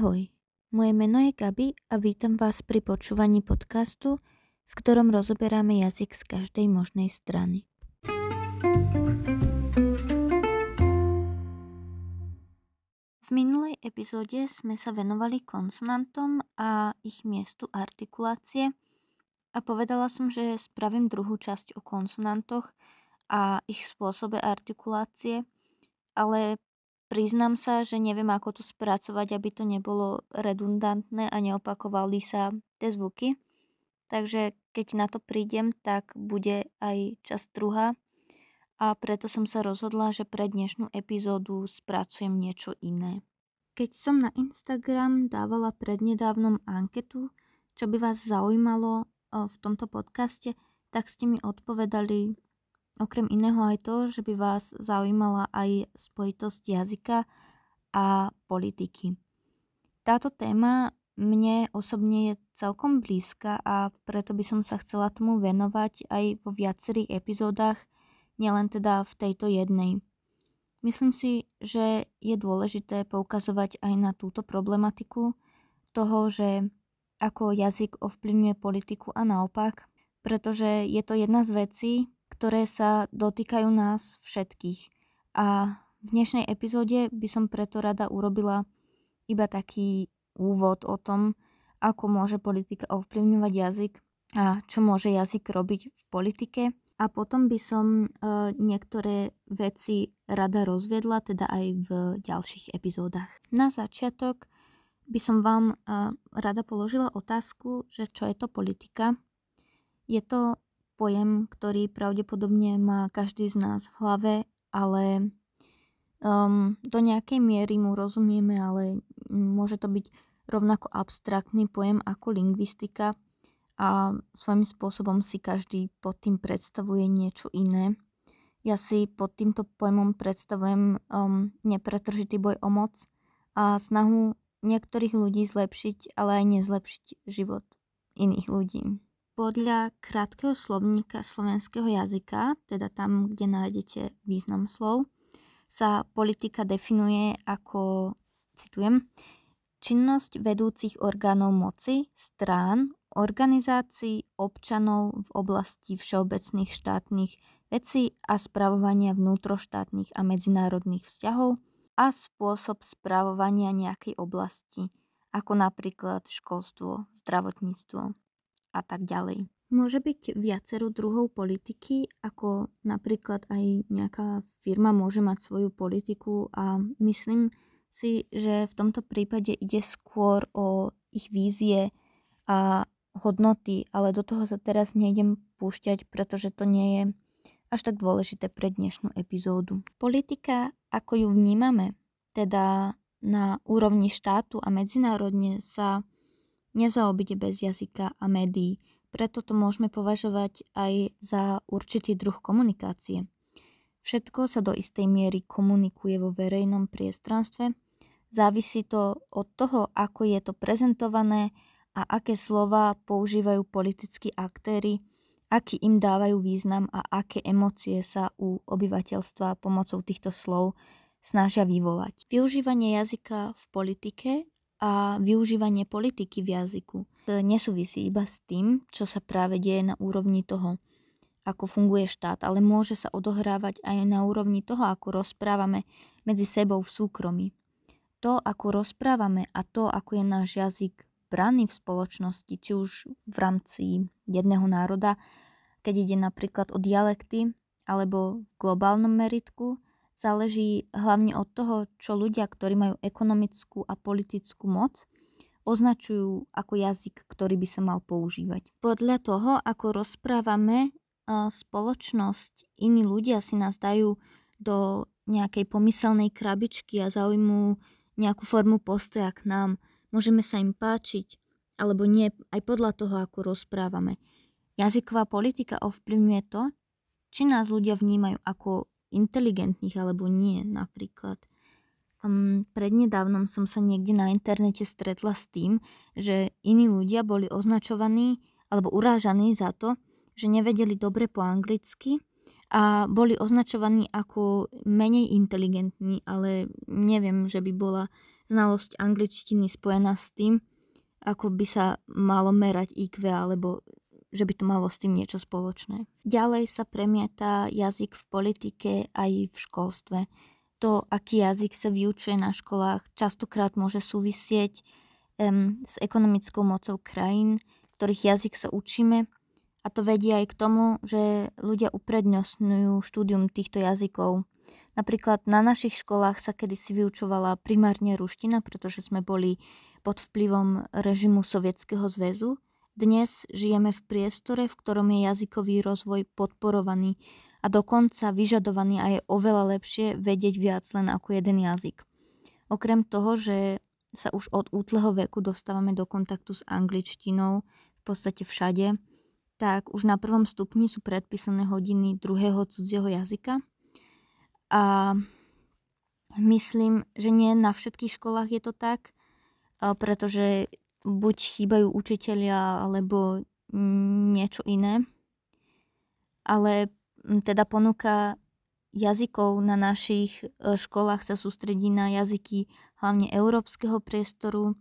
Ahoj, moje meno je Gabi a vítam vás pri počúvaní podcastu, v ktorom rozoberáme jazyk z každej možnej strany. V minulej epizóde sme sa venovali konsonantom a ich miestu artikulácie a povedala som, že spravím druhú časť o konsonantoch a ich spôsobe artikulácie, ale priznám sa, že neviem, ako to spracovať, aby to nebolo redundantné a neopakovali sa tie zvuky. Takže keď na to prídem, tak bude aj časť druhá a preto som sa rozhodla, že pre dnešnú epizódu spracujem niečo iné. Keď som na Instagram dávala prednedávnom anketu, čo by vás zaujímalo v tomto podcaste, tak ste mi odpovedali okrem iného aj to, že by vás zaujímala aj spojitosť jazyka a politiky. Táto téma mne osobne je celkom blízka a preto by som sa chcela tomu venovať aj vo viacerých epizódach, nielen teda v tejto jednej. Myslím si, že je dôležité poukazovať aj na túto problematiku toho, že ako jazyk ovplyvňuje politiku a naopak, pretože je to jedna z vecí, ktoré sa dotýkajú nás všetkých. A v dnešnej epizóde by som preto rada urobila iba taký úvod o tom, ako môže politika ovplyvňovať jazyk a čo môže jazyk robiť v politike. A potom by som niektoré veci rada rozviedla, teda aj v ďalších epizódach. Na začiatok by som vám rada položila otázku, že čo je to politika. Je to pojem, ktorý pravdepodobne má každý z nás v hlave, ale do nejakej miery mu rozumieme, ale môže to byť rovnako abstraktný pojem ako lingvistika a svojím spôsobom si každý pod tým predstavuje niečo iné. Ja si pod týmto pojmom predstavujem nepretržitý boj o moc a snahu niektorých ľudí zlepšiť, ale aj nezlepšiť život iných ľudí. Podľa krátkeho slovníka slovenského jazyka, teda tam, kde nájdete význam slov, sa politika definuje ako, citujem, činnosť vedúcich orgánov moci, strán, organizácií, občanov v oblasti všeobecných štátnych vecí a spravovania vnútroštátnych a medzinárodných vzťahov a spôsob spravovania nejakej oblasti, ako napríklad školstvo, zdravotníctvo a tak ďalej. Môže byť viacero druhov politiky, ako napríklad aj nejaká firma môže mať svoju politiku a myslím si, že v tomto prípade ide skôr o ich vízie a hodnoty, ale do toho sa teraz nejdem púšťať, pretože to nie je až tak dôležité pre dnešnú epizódu. Politika, ako ju vnímame, teda na úrovni štátu a medzinárodne sa nezaobíde bez jazyka a médií. Preto to môžeme považovať aj za určitý druh komunikácie. Všetko sa do istej miery komunikuje vo verejnom priestranstve. Závisí to od toho, ako je to prezentované a aké slová používajú politickí aktéri, aký im dávajú význam a aké emócie sa u obyvateľstva pomocou týchto slov snažia vyvolať. Využívanie jazyka v politike a využívanie politiky v jazyku nesúvisí iba s tým, čo sa práve deje na úrovni toho, ako funguje štát, ale môže sa odohrávať aj na úrovni toho, ako rozprávame medzi sebou v súkromí. To, ako rozprávame a to, ako je náš jazyk braný v spoločnosti, či už v rámci jedného národa, keď ide napríklad o dialekty alebo v globálnom meritku, záleží hlavne od toho, čo ľudia, ktorí majú ekonomickú a politickú moc, označujú ako jazyk, ktorý by sa mal používať. Podľa toho, ako rozprávame spoločnosť, iní ľudia si nás dajú do nejakej pomyselnej krabičky a zaujmú nejakú formu postoja k nám. Môžeme sa im páčiť, alebo nie, aj podľa toho, ako rozprávame. Jazyková politika ovplyvňuje to, či nás ľudia vnímajú ako inteligentných alebo nie, napríklad. Prednedávnom som sa niekde na internete stretla s tým, že iní ľudia boli označovaní alebo urážaní za to, že nevedeli dobre po anglicky a boli označovaní ako menej inteligentní, ale neviem, že by bola znalosť angličtiny spojená s tým, ako by sa malo merať IQ, alebo že by to malo s tým niečo spoločné. Ďalej sa premieta jazyk v politike aj v školstve. To, aký jazyk sa vyučuje na školách, častokrát môže súvisieť s ekonomickou mocou krajín, ktorých jazyk sa učíme, a to vedie aj k tomu, že ľudia uprednostňujú štúdium týchto jazykov. Napríklad na našich školách sa kedysi vyučovala primárne ruština, pretože sme boli pod vplyvom režimu Sovietskeho zväzu. Dnes žijeme v priestore, v ktorom je jazykový rozvoj podporovaný a dokonca vyžadovaný a je oveľa lepšie vedieť viac len ako jeden jazyk. Okrem toho, že sa už od útleho veku dostávame do kontaktu s angličtinou v podstate všade, tak už na 1. stupni sú predpísané hodiny druhého cudzieho jazyka. A myslím, že nie na všetkých školách je to tak, pretože buď chýbajú učitelia, alebo niečo iné. Ale teda ponuka jazykov na našich školách sa sústredí na jazyky hlavne európskeho priestoru,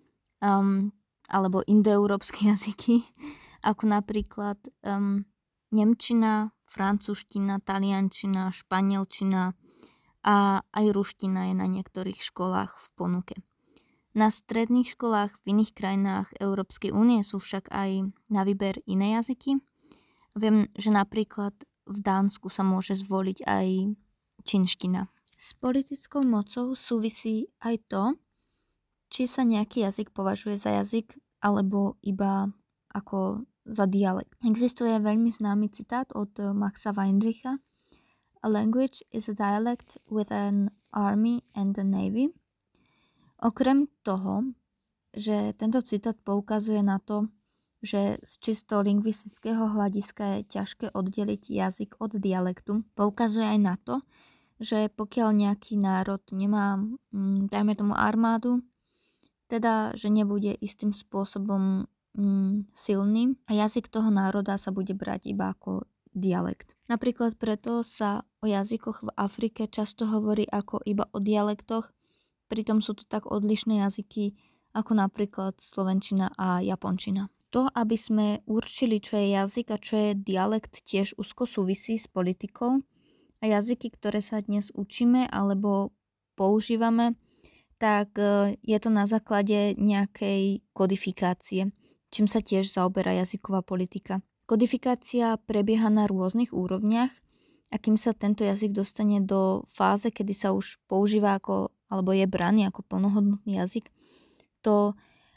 alebo indoeurópske jazyky, ako napríklad nemčina, francúzština, taliančina, španielčina a aj ruština je na niektorých školách v ponuke. Na stredných školách v iných krajinách Európskej únie sú však aj na výber iné jazyky. Viem, že napríklad v Dánsku sa môže zvoliť aj čínština. S politickou mocou súvisí aj to, či sa nejaký jazyk považuje za jazyk alebo iba ako za dialekt. Existuje veľmi známy citát od Maxa Weinricha: "A language is a dialect with an army and a navy." Okrem toho, že tento citát poukazuje na to, že z čisto lingvistického hľadiska je ťažké oddeliť jazyk od dialektu, poukazuje aj na to, že pokiaľ nejaký národ nemá, dajme tomu, armádu, teda, že nebude istým spôsobom silný a jazyk toho národa sa bude brať iba ako dialekt. Napríklad preto sa o jazykoch v Afrike často hovorí ako iba o dialektoch, pritom sú to tak odlišné jazyky ako napríklad slovenčina a japončina. To, aby sme určili, čo je jazyk a čo je dialekt, tiež úzko súvisí s politikou a jazyky, ktoré sa dnes učíme alebo používame, tak je to na základe nejakej kodifikácie, čím sa tiež zaoberá jazyková politika. Kodifikácia prebieha na rôznych úrovniach a kým sa tento jazyk dostane do fáze, kedy sa už používa ako, alebo je braný ako plnohodnotný jazyk, to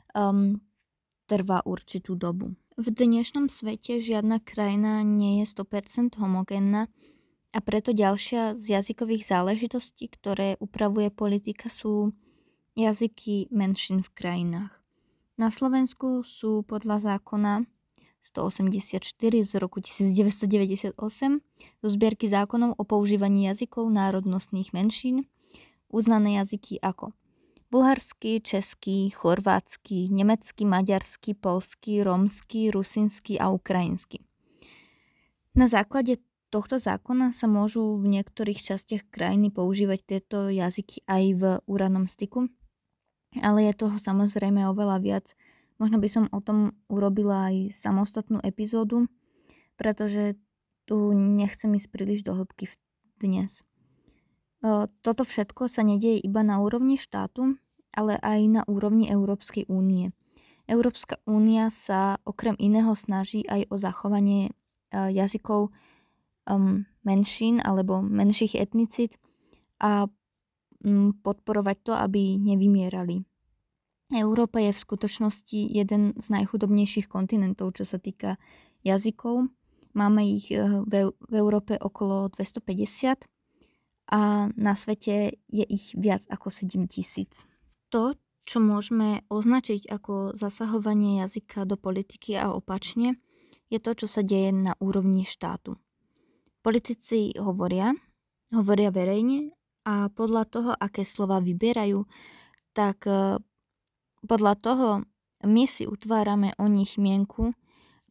trvá určitú dobu. V dnešnom svete žiadna krajina nie je 100% homogénna a preto ďalšia z jazykových záležitostí, ktoré upravuje politika, sú jazyky menšín v krajinách. Na Slovensku sú podľa zákona 184 z roku 1998 zo zbierky zákonov o používaní jazykov národnostných menšín uznané jazyky ako bulharský, český, chorvátsky, nemecký, maďarský, poľský, rómsky, rusínsky a ukrajinsky. Na základe tohto zákona sa môžu v niektorých častiach krajiny používať tieto jazyky aj v úradnom styku, ale je toho samozrejme oveľa viac. Možno by som o tom urobila aj samostatnú epizódu, pretože tu nechcem ísť príliš do hĺbky dnes. Toto všetko sa nedieje iba na úrovni štátu, ale aj na úrovni Európskej únie. Európska únia sa okrem iného snaží aj o zachovanie jazykov menšín alebo menších etnicít a podporovať to, aby nevymierali. Európa je v skutočnosti jeden z najchudobnejších kontinentov, čo sa týka jazykov. Máme ich v Európe okolo 250 a na svete je ich viac ako 7,000. To, čo môžeme označiť ako zasahovanie jazyka do politiky a opačne, je to, čo sa deje na úrovni štátu. Politici hovoria verejne a podľa toho, aké slova vyberajú, tak podľa toho my si utvárame o nich mienku,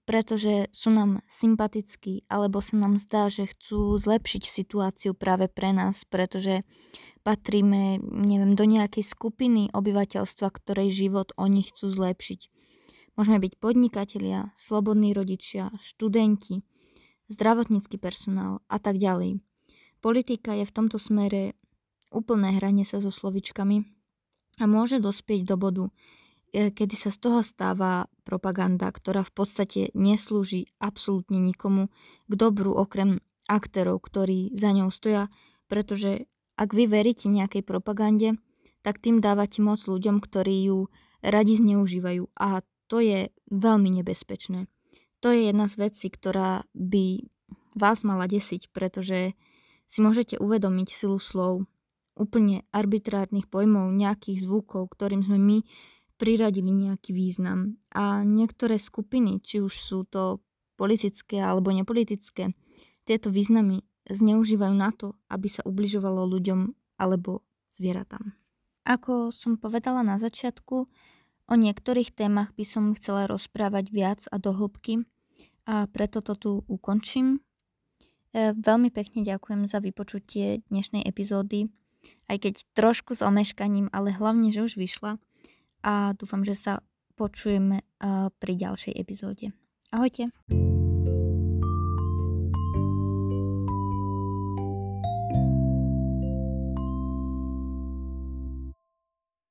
pretože sú nám sympatickí alebo sa nám zdá, že chcú zlepšiť situáciu práve pre nás, pretože patríme, neviem, do nejakej skupiny obyvateľstva, ktorej život oni chcú zlepšiť. Môžeme byť podnikatelia, slobodní rodičia, študenti, zdravotnícky personál a tak ďalej. Politika je v tomto smere úplné hranie sa so slovičkami a môže dospieť do bodu, kedy sa z toho stáva propaganda, ktorá v podstate neslúži absolútne nikomu k dobru okrem aktérov, ktorí za ňou stoja, pretože ak vy veríte nejakej propagande, tak tým dávate moc ľuďom, ktorí ju radi zneužívajú a to je veľmi nebezpečné. To je jedna z vecí, ktorá by vás mala desiť, pretože si môžete uvedomiť silu slov, úplne arbitrárnych pojmov, nejakých zvukov, ktorým sme my priradili nejaký význam. A niektoré skupiny, či už sú to politické alebo nepolitické, tieto významy zneužívajú na to, aby sa ubližovalo ľuďom alebo zvieratám. Ako som povedala na začiatku, o niektorých témach by som chcela rozprávať viac a do hĺbky a preto to tu ukončím. Veľmi pekne ďakujem za vypočutie dnešnej epizódy, aj keď trošku s omeškaním, ale hlavne, že už vyšla a dúfam, že sa počujeme pri ďalšej epizóde. Ahojte!